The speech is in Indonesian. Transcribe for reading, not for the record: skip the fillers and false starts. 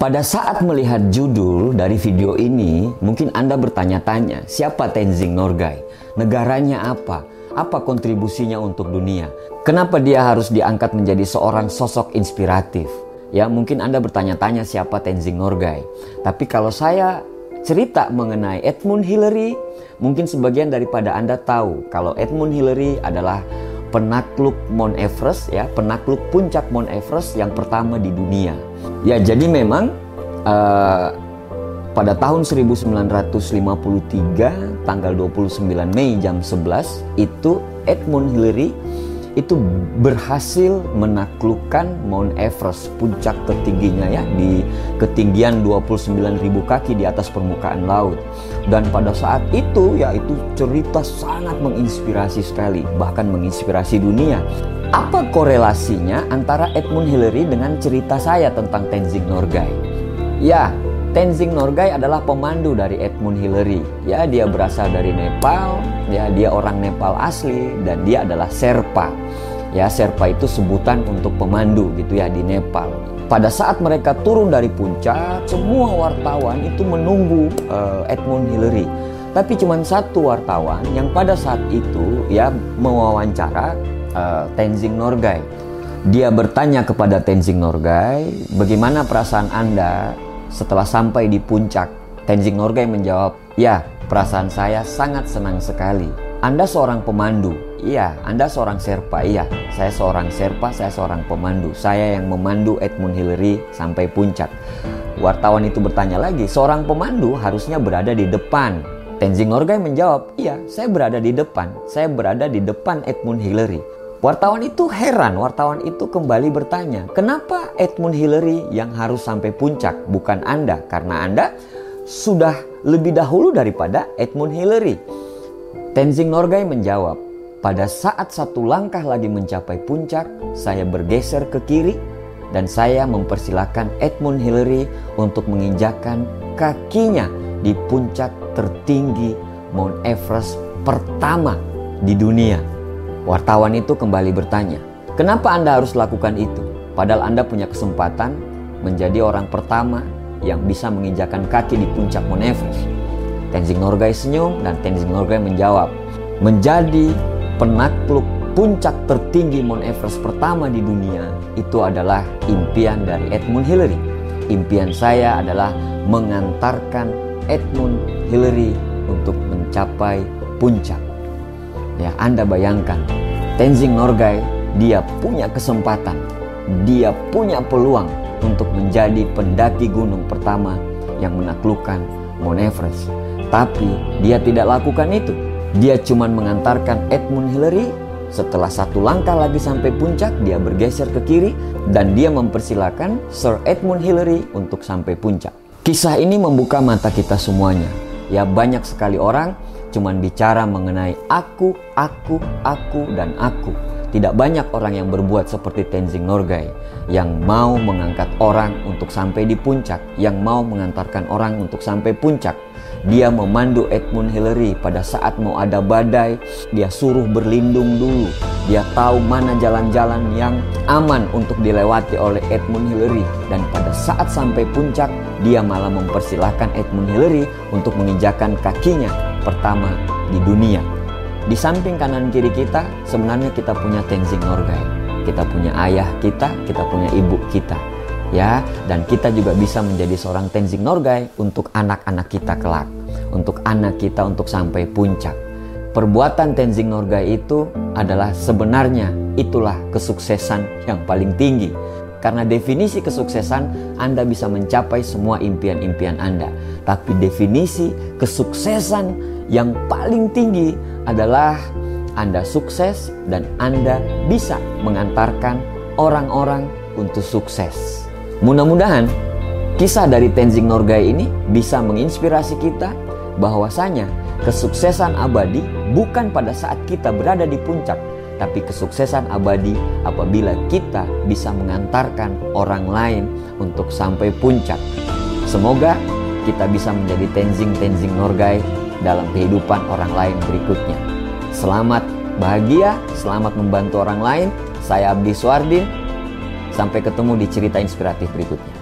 Pada saat melihat judul dari video ini, mungkin Anda bertanya-tanya, siapa Tenzing Norgay? Negaranya apa? Apa kontribusinya untuk dunia? Kenapa dia harus diangkat menjadi seorang sosok inspiratif? Ya, mungkin Anda bertanya-tanya siapa Tenzing Norgay. Tapi kalau saya cerita mengenai Edmund Hillary, mungkin sebagian daripada Anda tahu kalau Edmund Hillary adalah penakluk Mount Everest, ya, penakluk puncak Mount Everest yang pertama di dunia. Ya, jadi memang pada tahun 1953 tanggal 29 Mei jam 11 itu Edmund Hillary itu berhasil menaklukkan Mount Everest, puncak tertingginya, ya, di ketinggian 29.000 kaki di atas permukaan laut. Dan pada saat itu, ya, itu cerita sangat menginspirasi sekali, bahkan menginspirasi dunia. Apa korelasinya antara Edmund Hillary dengan cerita saya tentang Tenzing Norgay? Ya, Tenzing Norgay adalah pemandu dari Edmund Hillary. Ya, dia berasal dari Nepal, ya, dia orang Nepal asli dan dia adalah Sherpa. Ya, Sherpa itu sebutan untuk pemandu gitu ya di Nepal. Pada saat mereka turun dari puncak, semua wartawan itu menunggu Edmund Hillary. Tapi cuma satu wartawan yang pada saat itu ya mewawancara Tenzing Norgay. Dia bertanya kepada Tenzing Norgay, bagaimana perasaan Anda setelah sampai di puncak? Tenzing Norgay menjawab, ya, perasaan saya sangat senang sekali. Anda seorang pemandu? Iya. Anda seorang Sherpa? Iya. Saya seorang Sherpa, saya seorang pemandu. Saya yang memandu Edmund Hillary sampai puncak. Wartawan itu bertanya lagi, seorang pemandu harusnya berada di depan. Tenzing Norgay menjawab, iya, saya berada di depan. Saya berada di depan Edmund Hillary. Wartawan itu heran, wartawan itu kembali bertanya, kenapa Edmund Hillary yang harus sampai puncak, bukan Anda? Karena Anda sudah lebih dahulu daripada Edmund Hillary. Tenzing Norgay menjawab, pada saat satu langkah lagi mencapai puncak, saya bergeser ke kiri dan saya mempersilahkan Edmund Hillary untuk menginjakkan kakinya di puncak tertinggi Mount Everest pertama di dunia. Wartawan itu kembali bertanya, kenapa Anda harus lakukan itu? Padahal Anda punya kesempatan menjadi orang pertama yang bisa menginjakkan kaki di puncak Mount Everest. Tenzing Norgay senyum dan Tenzing Norgay menjawab, menjadi penakluk puncak tertinggi Mount Everest pertama di dunia itu adalah impian dari Edmund Hillary. Impian saya adalah mengantarkan Edmund Hillary untuk mencapai puncak. Ya, Anda bayangkan, Tenzing Norgay dia punya kesempatan, dia punya peluang untuk menjadi pendaki gunung pertama yang menaklukkan Mount Everest. Tapi dia tidak lakukan itu. Dia cuma mengantarkan Edmund Hillary. Setelah satu langkah lagi sampai puncak, dia bergeser ke kiri dan dia mempersilahkan Sir Edmund Hillary untuk sampai puncak. Kisah ini membuka mata kita semuanya. Ya, banyak sekali orang cuman bicara mengenai aku, dan aku. Tidak banyak orang yang berbuat seperti Tenzing Norgay, yang mau mengangkat orang untuk sampai di puncak, yang mau mengantarkan orang untuk sampai puncak. Dia memandu Edmund Hillary pada saat mau ada badai, dia suruh berlindung dulu. Dia tahu mana jalan-jalan yang aman untuk dilewati oleh Edmund Hillary. Dan pada saat sampai puncak, dia malah mempersilahkan Edmund Hillary untuk menginjakkan kakinya pertama di dunia. Di samping kanan kiri kita, sebenarnya kita punya Tenzing Norgay. Kita punya ayah kita punya ibu kita. Ya, dan kita juga bisa menjadi seorang Tenzing Norgay untuk anak-anak kita kelak, untuk anak kita untuk sampai puncak. Perbuatan Tenzing Norgay itu adalah sebenarnya itulah kesuksesan yang paling tinggi. Karena definisi kesuksesan, Anda bisa mencapai semua impian-impian Anda. Tapi definisi kesuksesan yang paling tinggi adalah Anda sukses dan Anda bisa mengantarkan orang-orang untuk sukses. Mudah-mudahan kisah dari Tenzing Norgay ini bisa menginspirasi kita bahwasanya kesuksesan abadi bukan pada saat kita berada di puncak, tapi kesuksesan abadi apabila kita bisa mengantarkan orang lain untuk sampai puncak. Semoga kita bisa menjadi Tenzing Norgay dalam kehidupan orang lain berikutnya. Selamat bahagia, selamat membantu orang lain. Saya Abdi Suardin. Sampai ketemu di cerita inspiratif berikutnya.